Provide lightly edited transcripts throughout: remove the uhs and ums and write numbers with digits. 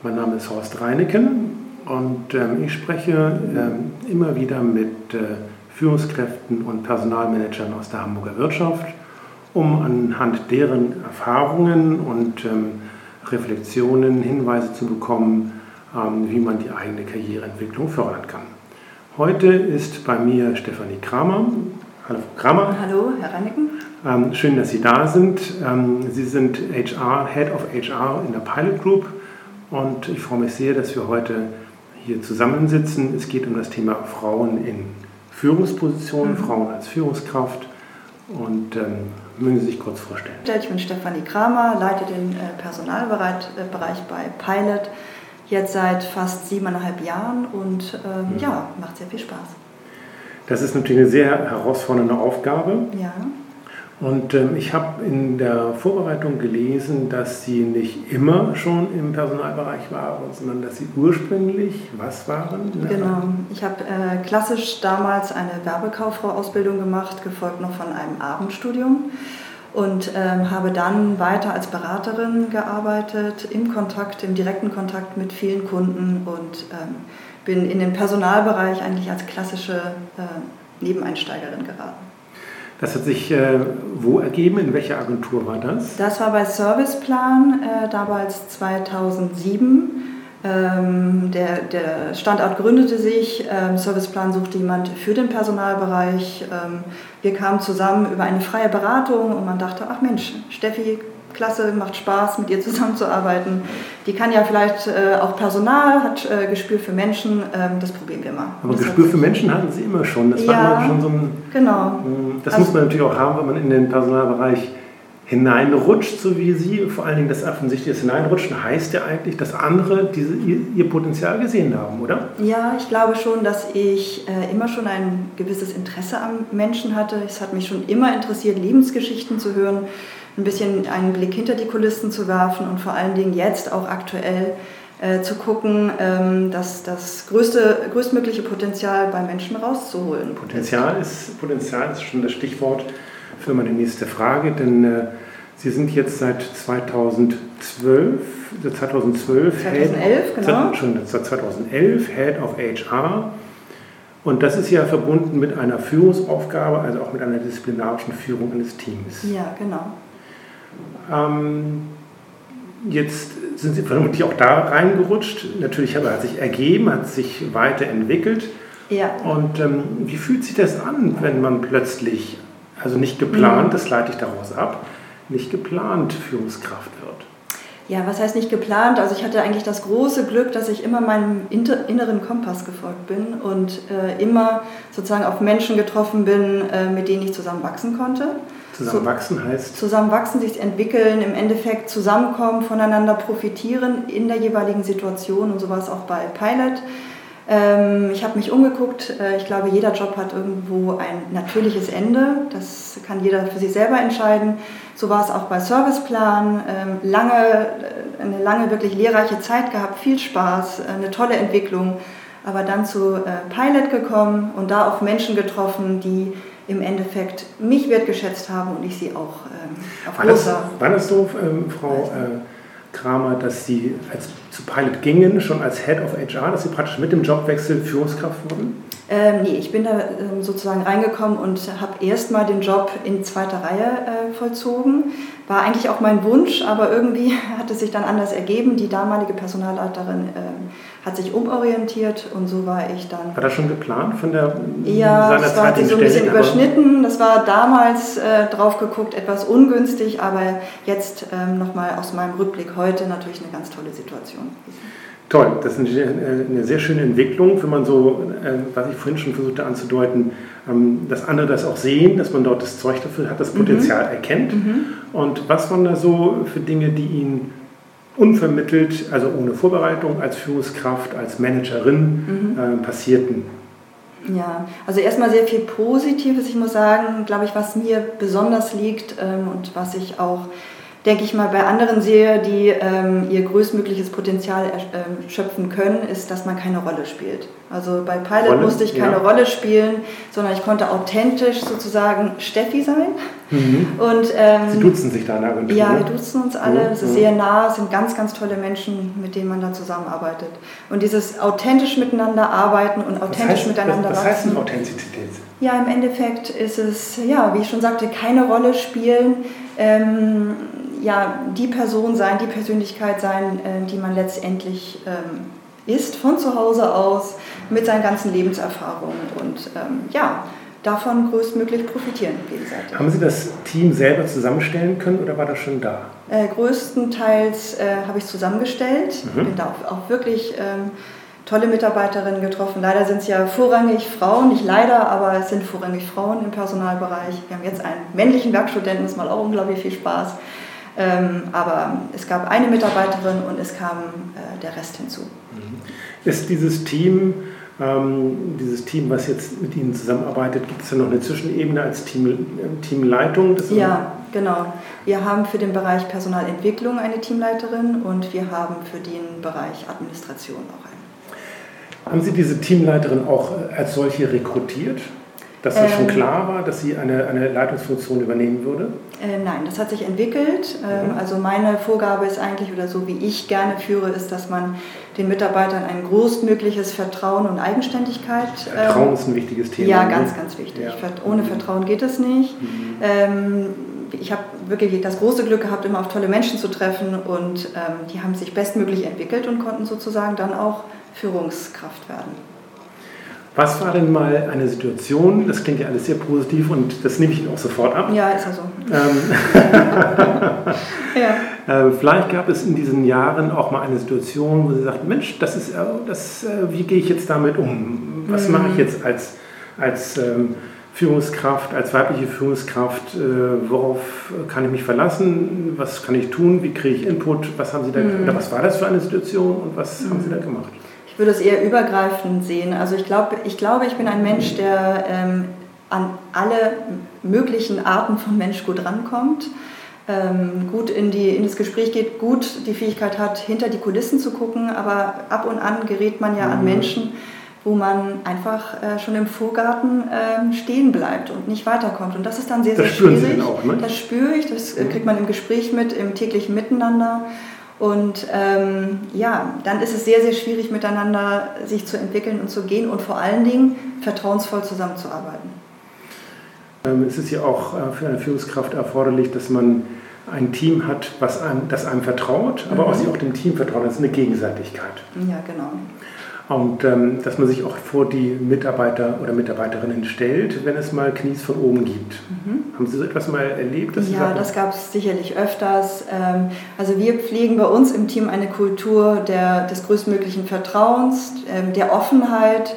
Mein Name ist Horst Reineken und ich spreche immer wieder mit Führungskräften und Personalmanagern aus der Hamburger Wirtschaft, um anhand deren Erfahrungen und Reflexionen Hinweise zu bekommen, wie man die eigene Karriereentwicklung fördern kann. Heute ist bei mir Stefanie Kramer. Hallo Frau Kramer. Hallo Herr Reineken. Schön, dass Sie da sind. Sie sind Head of HR in der Pilot Group. Und ich freue mich sehr, dass wir heute hier zusammensitzen. Es geht um das Thema Frauen in Führungspositionen, Frauen als Führungskraft. Und mögen Sie sich kurz vorstellen? Ich bin Stefanie Kramer, leite den Personalbereich bei Pilot jetzt seit fast 7,5 Jahren und macht sehr viel Spaß. Das ist natürlich eine sehr herausfordernde Aufgabe. Ja. Und ich habe in der Vorbereitung gelesen, dass Sie nicht immer schon im Personalbereich waren, sondern dass Sie ursprünglich was waren? Genau. Ich habe klassisch damals eine Werbekauffrau-Ausbildung gemacht, gefolgt noch von einem Abendstudium und habe dann weiter als Beraterin gearbeitet, im direkten Kontakt mit vielen Kunden und bin in den Personalbereich eigentlich als klassische Nebeneinsteigerin geraten. Das hat sich wo ergeben? In welcher Agentur war das? Das war bei Serviceplan, damals 2007. Der Standort gründete sich, Serviceplan suchte jemand für den Personalbereich. Wir kamen zusammen über eine freie Beratung und man dachte, ach Mensch, Steffi, klasse, macht Spaß, mit ihr zusammenzuarbeiten. Die kann ja vielleicht auch Personal, hat Gespür für Menschen, das probieren wir mal. Aber Gespür für Menschen hatten Sie immer schon. Das war immer schon so ein... Genau. Das muss man natürlich auch haben, wenn man in den Personalbereich hineinrutscht, so wie Sie. Vor allen Dingen das offensichtliche Hineinrutschen heißt ja eigentlich, dass andere ihr Potenzial gesehen haben, oder? Ja, ich glaube schon, dass ich immer schon ein gewisses Interesse am Menschen hatte. Es hat mich schon immer interessiert, Lebensgeschichten zu hören, ein bisschen einen Blick hinter die Kulissen zu werfen und vor allen Dingen jetzt auch aktuell zu gucken, das größtmögliche Potenzial bei Menschen rauszuholen. Potenzial ist schon das Stichwort für meine nächste Frage, denn Sie sind jetzt seit 2011, Head of HR. Und das ist ja verbunden mit einer Führungsaufgabe, also auch mit einer disziplinarischen Führung eines Teams. Ja, genau. Jetzt sind Sie vermutlich auch da reingerutscht. Natürlich hat sich ergeben, hat sich weiterentwickelt. Ja. Und wie fühlt sich das an, wenn man plötzlich, also nicht geplant, das leite ich daraus ab, nicht geplant Führungskraft wird? Ja, was heißt nicht geplant? Also ich hatte eigentlich das große Glück, dass ich immer meinem inneren Kompass gefolgt bin und immer sozusagen auf Menschen getroffen bin, mit denen ich zusammen wachsen konnte. Zusammenwachsen heißt? Zusammenwachsen, sich entwickeln, im Endeffekt zusammenkommen, voneinander profitieren in der jeweiligen Situation und so war es auch bei Pilot. Ich habe mich umgeguckt, ich glaube, jeder Job hat irgendwo ein natürliches Ende, das kann jeder für sich selber entscheiden. So war es auch bei Serviceplan, eine lange, wirklich lehrreiche Zeit gehabt, viel Spaß, eine tolle Entwicklung, aber dann zu Pilot gekommen und da auf Menschen getroffen, die im Endeffekt mich wertgeschätzt haben und ich sie auch auf großer... War das so, Frau Kramer, dass Sie zu Pilot gingen, schon als Head of HR, dass Sie praktisch mit dem Jobwechsel Führungskraft wurden? Nee, ich bin da sozusagen reingekommen und habe erstmal den Job in zweiter Reihe vollzogen. War eigentlich auch mein Wunsch, aber irgendwie hat es sich dann anders ergeben. Die damalige Personalleiterin hat sich umorientiert und so war ich dann... War das schon geplant von der das war so ein bisschen überschnitten. Das war damals drauf geguckt etwas ungünstig, aber jetzt nochmal aus meinem Rückblick heute natürlich eine ganz tolle Situation. Toll, das ist eine sehr schöne Entwicklung, wenn man so, was ich vorhin schon versuchte anzudeuten, dass andere das auch sehen, dass man dort das Zeug dafür hat, das Potenzial erkennt. Und was waren da so für Dinge, die Ihnen unvermittelt, also ohne Vorbereitung, als Führungskraft, als Managerin passierten? Ja, also erstmal sehr viel Positives. Ich muss sagen, glaube ich, was mir besonders liegt und was ich auch, denke ich mal, bei anderen sehe, die ihr größtmögliches Potenzial schöpfen können, ist, dass man keine Rolle spielt. Also bei Pilot musste ich keine Rolle spielen, sondern ich konnte authentisch sozusagen Steffi sein Und, Sie duzen sich da in der Agentur? Ja, wir duzen uns alle. Es ist sehr nah, es sind ganz, ganz tolle Menschen, mit denen man da zusammenarbeitet. Und dieses authentisch miteinander arbeiten und authentisch miteinander wachsen. Was heißt denn Authentizität? Ja, im Endeffekt ist es, ja, wie ich schon sagte, keine Rolle spielen, die Person sein, die Persönlichkeit sein, die man letztendlich ist, von zu Hause aus, mit seinen ganzen Lebenserfahrungen und davon größtmlich profitieren gegenseitig. Haben Sie das Team selber zusammenstellen können oder war das schon da? Größtenteils habe ich es zusammengestellt. Ich bin da auch wirklich tolle Mitarbeiterinnen getroffen. Leider sind es ja vorrangig Frauen, nicht leider, aber es sind vorrangig Frauen im Personalbereich. Wir haben jetzt einen männlichen Werkstudenten, das macht auch unglaublich viel Spaß. Aber es gab eine Mitarbeiterin und es kam der Rest hinzu. Ist dieses Team, was jetzt mit Ihnen zusammenarbeitet, gibt es da noch eine Zwischenebene als Teamleitung? Ja, genau. Wir haben für den Bereich Personalentwicklung eine Teamleiterin und wir haben für den Bereich Administration auch eine. Haben Sie diese Teamleiterin auch als solche rekrutiert? Dass es schon klar war, dass sie eine Leitungsfunktion übernehmen würde? Nein, das hat sich entwickelt. Also meine Vorgabe ist eigentlich, oder so wie ich gerne führe, ist, dass man den Mitarbeitern ein großmögliches Vertrauen und Eigenständigkeit... Vertrauen ist ein wichtiges Thema. Ja, ganz, ganz wichtig. Ja. Ohne Vertrauen geht es nicht. Ich habe wirklich das große Glück gehabt, immer auf tolle Menschen zu treffen und die haben sich bestmöglich entwickelt und konnten sozusagen dann auch Führungskraft werden. Was war denn mal eine Situation, das klingt ja alles sehr positiv und das nehme ich Ihnen auch sofort ab. Ja, ist ja so. Vielleicht gab es in diesen Jahren auch mal eine Situation, wo Sie sagten, Mensch, wie gehe ich jetzt damit um? Was mache ich jetzt als Führungskraft, als weibliche Führungskraft? Worauf kann ich mich verlassen? Was kann ich tun? Wie kriege ich Input? Was haben Sie da oder was war das für eine Situation und was haben Sie da gemacht? Ich würde es eher übergreifend sehen. Also ich glaube, ich bin ein Mensch, der an alle möglichen Arten von Mensch gut rankommt, gut in das Gespräch geht, gut die Fähigkeit hat, hinter die Kulissen zu gucken, aber ab und an gerät man ja an Menschen, wo man einfach schon im Vorgarten stehen bleibt und nicht weiterkommt. Und das ist dann sehr, sehr schwierig. Das spüren Sie dann auch, ne? Das spüre ich, das kriegt man im Gespräch mit, im täglichen Miteinander. Und dann ist es sehr, sehr schwierig, miteinander sich zu entwickeln und zu gehen und vor allen Dingen vertrauensvoll zusammenzuarbeiten. Es ist ja auch für eine Führungskraft erforderlich, dass man ein Team hat, das einem vertraut, aber auch dem Team vertraut. Das ist eine Gegenseitigkeit. Ja, genau. Und dass man sich auch vor die Mitarbeiter oder Mitarbeiterinnen stellt, wenn es mal Knies von oben gibt. Haben Sie so etwas mal erlebt? Das gab es sicherlich öfters. Also wir pflegen bei uns im Team eine Kultur des größtmöglichen Vertrauens, der Offenheit,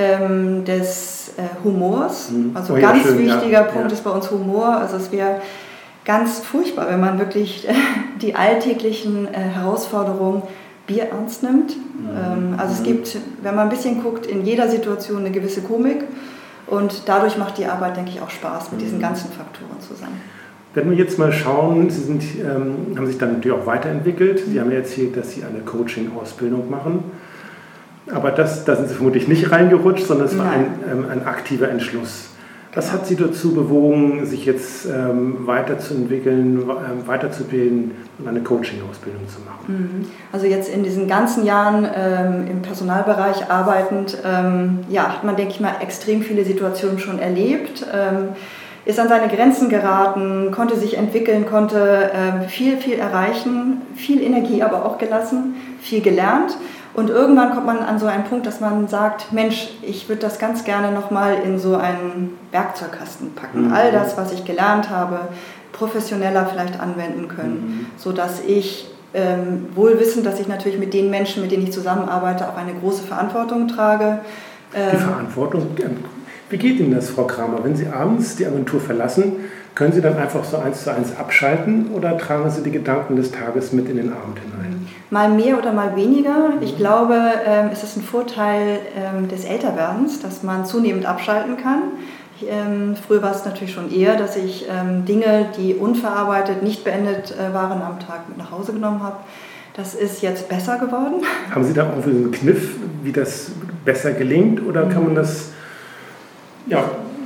des Humors. Also ganz wichtiger Punkt ist bei uns Humor. Also es wäre ganz furchtbar, wenn man wirklich die alltäglichen Herausforderungen Bier ernst nimmt. Also es gibt, wenn man ein bisschen guckt, in jeder Situation eine gewisse Komik und dadurch macht die Arbeit, denke ich, auch Spaß mit diesen ganzen Faktoren zusammen. Wenn wir jetzt mal schauen, Sie haben sich dann natürlich auch weiterentwickelt. Sie haben ja erzählt, dass Sie eine Coaching-Ausbildung machen. Aber da sind Sie vermutlich nicht reingerutscht, sondern es war ein aktiver Entschluss. Was hat Sie dazu bewogen, sich jetzt weiterzuentwickeln, weiterzubilden und eine Coaching-Ausbildung zu machen? Also jetzt in diesen ganzen Jahren im Personalbereich arbeitend, hat man, denke ich mal, extrem viele Situationen schon erlebt, ist an seine Grenzen geraten, konnte sich entwickeln, konnte viel, viel erreichen, viel Energie aber auch gelassen, viel gelernt. Und irgendwann kommt man an so einen Punkt, dass man sagt, Mensch, ich würde das ganz gerne nochmal in so einen Werkzeugkasten packen. All das, was ich gelernt habe, professioneller vielleicht anwenden können, sodass ich wohl wissend, dass ich natürlich mit den Menschen, mit denen ich zusammenarbeite, auch eine große Verantwortung trage. Die Verantwortung, wie geht Ihnen das, Frau Kramer? Wenn Sie abends die Agentur verlassen, können Sie dann einfach so 1:1 abschalten oder tragen Sie die Gedanken des Tages mit in den Abend hinein? Mal mehr oder mal weniger. Ich glaube, es ist ein Vorteil des Älterwerdens, dass man zunehmend abschalten kann. Früher war es natürlich schon eher, dass ich Dinge, die unverarbeitet, nicht beendet waren, am Tag mit nach Hause genommen habe. Das ist jetzt besser geworden. Haben Sie da auch einen Kniff, wie das besser gelingt? Oder kann man das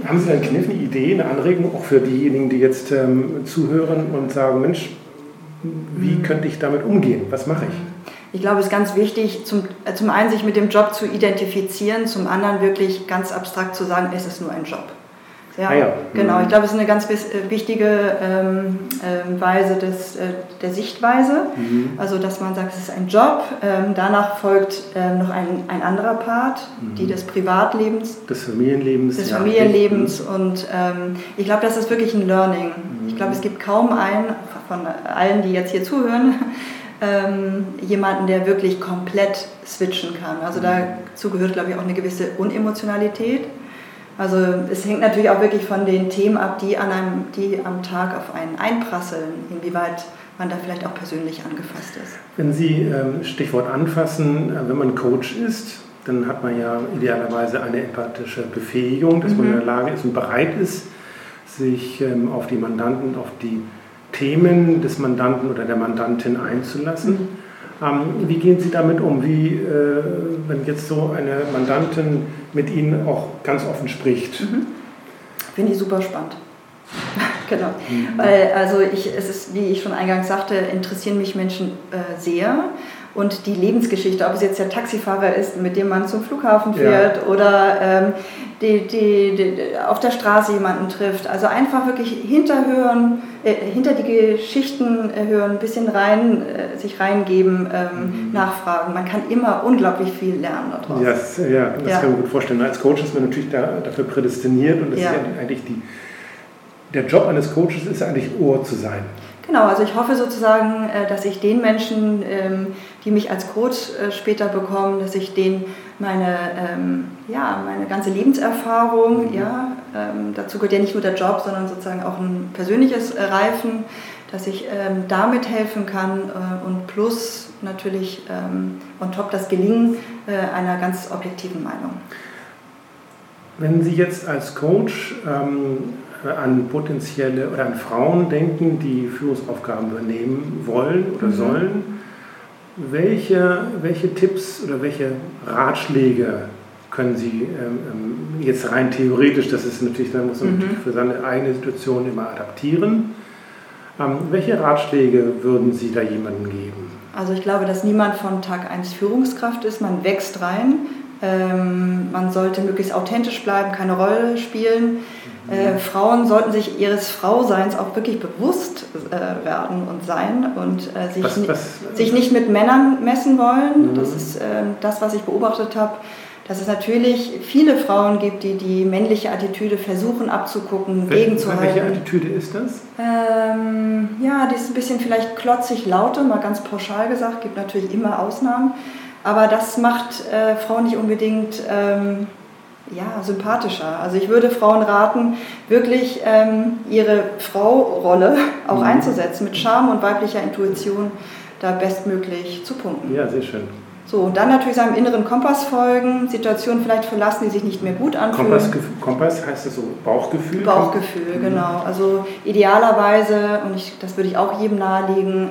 Haben Sie einen Kniff, eine Idee, eine Anregung auch für diejenigen, die jetzt zuhören und sagen, Mensch, wie könnte ich damit umgehen? Was mache ich? Ich glaube, es ist ganz wichtig, zum einen sich mit dem Job zu identifizieren, zum anderen wirklich ganz abstrakt zu sagen, es ist nur ein Job. Ja, genau. Ich glaube, es ist eine ganz wichtige Weise der Sichtweise. Also, dass man sagt, es ist ein Job. Danach folgt noch ein anderer Part, die des Privatlebens. Des Familienlebens. Des Familienlebens. Und ich glaube, das ist wirklich ein Learning. Ich glaube, es gibt kaum einen, von allen, die jetzt hier zuhören, jemanden, der wirklich komplett switchen kann. Also dazu gehört, glaube ich, auch eine gewisse Unemotionalität. Also es hängt natürlich auch wirklich von den Themen ab, die am Tag auf einen einprasseln, inwieweit man da vielleicht auch persönlich angefasst ist. Wenn Sie Stichwort anfassen, wenn man Coach ist, dann hat man ja idealerweise eine empathische Befähigung, dass man in der Lage ist und bereit ist, sich auf die Mandanten, auf die Themen des Mandanten oder der Mandantin einzulassen. Wie gehen Sie damit um? Wenn jetzt so eine Mandantin mit Ihnen auch ganz offen spricht? Finde ich super spannend. Genau. Weil, es ist, wie ich schon eingangs sagte, interessieren mich Menschen sehr. Und die Lebensgeschichte, ob es jetzt der Taxifahrer ist, mit dem man zum Flughafen fährt oder auf der Straße jemanden trifft. Also einfach wirklich hinter die Geschichten hören, ein bisschen sich reingeben, nachfragen. Man kann immer unglaublich viel lernen daraus. Das kann man gut vorstellen. Als Coach ist man natürlich dafür prädestiniert und das ist eigentlich der Job eines Coaches ist eigentlich Ohr zu sein. Genau, also ich hoffe sozusagen, dass ich den Menschen, die mich als Coach später bekommen, dass ich denen meine ganze Lebenserfahrung, dazu gehört ja nicht nur der Job, sondern sozusagen auch ein persönliches Reifen, dass ich damit helfen kann und plus natürlich on top das Gelingen einer ganz objektiven Meinung. Wenn Sie jetzt als Coach an potenzielle oder an Frauen denken, die Führungsaufgaben übernehmen wollen oder sollen, welche Tipps oder welche Ratschläge können Sie jetzt rein theoretisch, das ist natürlich, da muss man natürlich für seine eigene Situation immer adaptieren, welche Ratschläge würden Sie da jemandem geben? Also ich glaube, dass niemand von Tag 1 Führungskraft ist, man wächst rein. Man sollte möglichst authentisch bleiben, keine Rolle spielen. Frauen sollten sich ihres Frauseins auch wirklich bewusst werden und sein und sich nicht mit Männern messen wollen. Das ist das, was ich beobachtet habe, dass es natürlich viele Frauen gibt, die die männliche Attitüde versuchen abzugucken, gegenzuhalten. Welche Attitüde ist das? Die ist ein bisschen vielleicht klotzig laute, mal ganz pauschal gesagt, gibt natürlich immer Ausnahmen. Aber das macht Frauen nicht unbedingt sympathischer. Also ich würde Frauen raten, wirklich ihre Frau-Rolle auch einzusetzen, mit Charme und weiblicher Intuition da bestmöglich zu punkten. Ja, sehr schön. So, und dann natürlich seinem inneren Kompass folgen, Situationen vielleicht verlassen, die sich nicht mehr gut anfühlen. Kompass heißt das so Bauchgefühl? Bauchgefühl, genau. Also idealerweise, und das würde ich auch jedem nahelegen,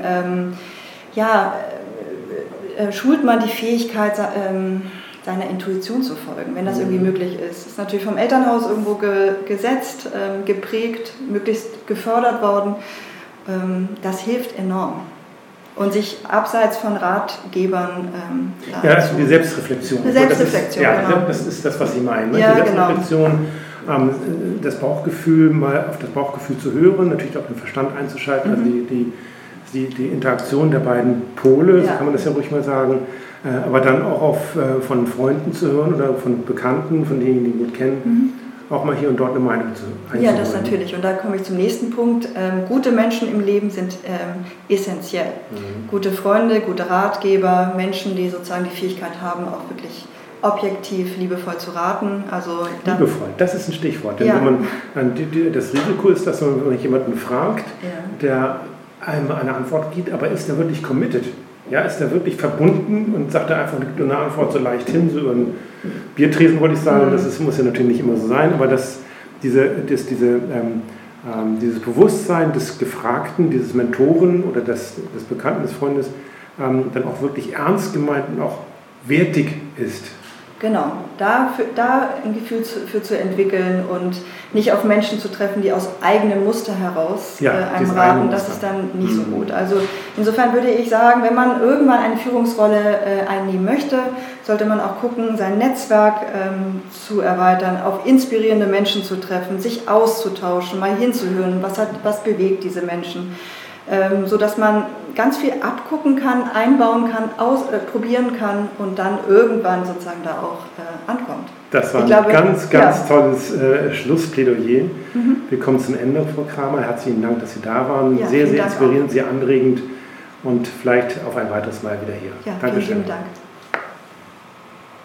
schult man die Fähigkeit, seiner Intuition zu folgen, wenn das irgendwie möglich ist. Das ist natürlich vom Elternhaus irgendwo gesetzt, geprägt, möglichst gefördert worden. Das hilft enorm. Und sich abseits von Ratgebern... also die Selbstreflexion. Eine Selbstreflexion, genau. Das ist das, was Sie meinen. Ja, die Selbstreflexion, das Bauchgefühl, mal auf das Bauchgefühl zu hören, natürlich auch den Verstand einzuschalten, also die Interaktion der beiden Pole, so kann man das ja ruhig mal sagen, aber dann auch von Freunden zu hören oder von Bekannten, von denen, die gut kennen, auch mal hier und dort eine Meinung einzuholen. Ja, das natürlich. Und da komme ich zum nächsten Punkt. Gute Menschen im Leben sind essentiell. Gute Freunde, gute Ratgeber, Menschen, die sozusagen die Fähigkeit haben, auch wirklich objektiv, liebevoll zu raten. Also liebevoll, das ist ein Stichwort. Denn wenn man, das Risiko ist, dass man jemanden fragt, der einem eine Antwort gibt, aber ist er wirklich committed? Ja, ist er wirklich verbunden und sagt er einfach eine Antwort so leicht hin, so über einen Biertresen wollte ich sagen, muss ja natürlich nicht immer so sein, aber dieses Bewusstsein des Gefragten, dieses Mentoren oder des Bekannten, des Freundes, dann auch wirklich ernst gemeint und auch wertig ist. Genau, da ein Gefühl für zu entwickeln und nicht auf Menschen zu treffen, die aus eigenem Muster heraus einem raten, das ist dann nicht so gut. Also insofern würde ich sagen, wenn man irgendwann eine Führungsrolle einnehmen möchte, sollte man auch gucken, sein Netzwerk zu erweitern, auf inspirierende Menschen zu treffen, sich auszutauschen, mal hinzuhören, was bewegt diese Menschen. Sodass man ganz viel abgucken kann, einbauen kann, probieren kann und dann irgendwann sozusagen da auch ankommt. Das war ein ganz tolles Schlussplädoyer. Wir kommen zum Ende, Frau Kramer. Herzlichen Dank, dass Sie da waren. Sehr, sehr inspirierend, sehr anregend und vielleicht auf ein weiteres Mal wieder hier. Ja, Dankeschön. Vielen Dank.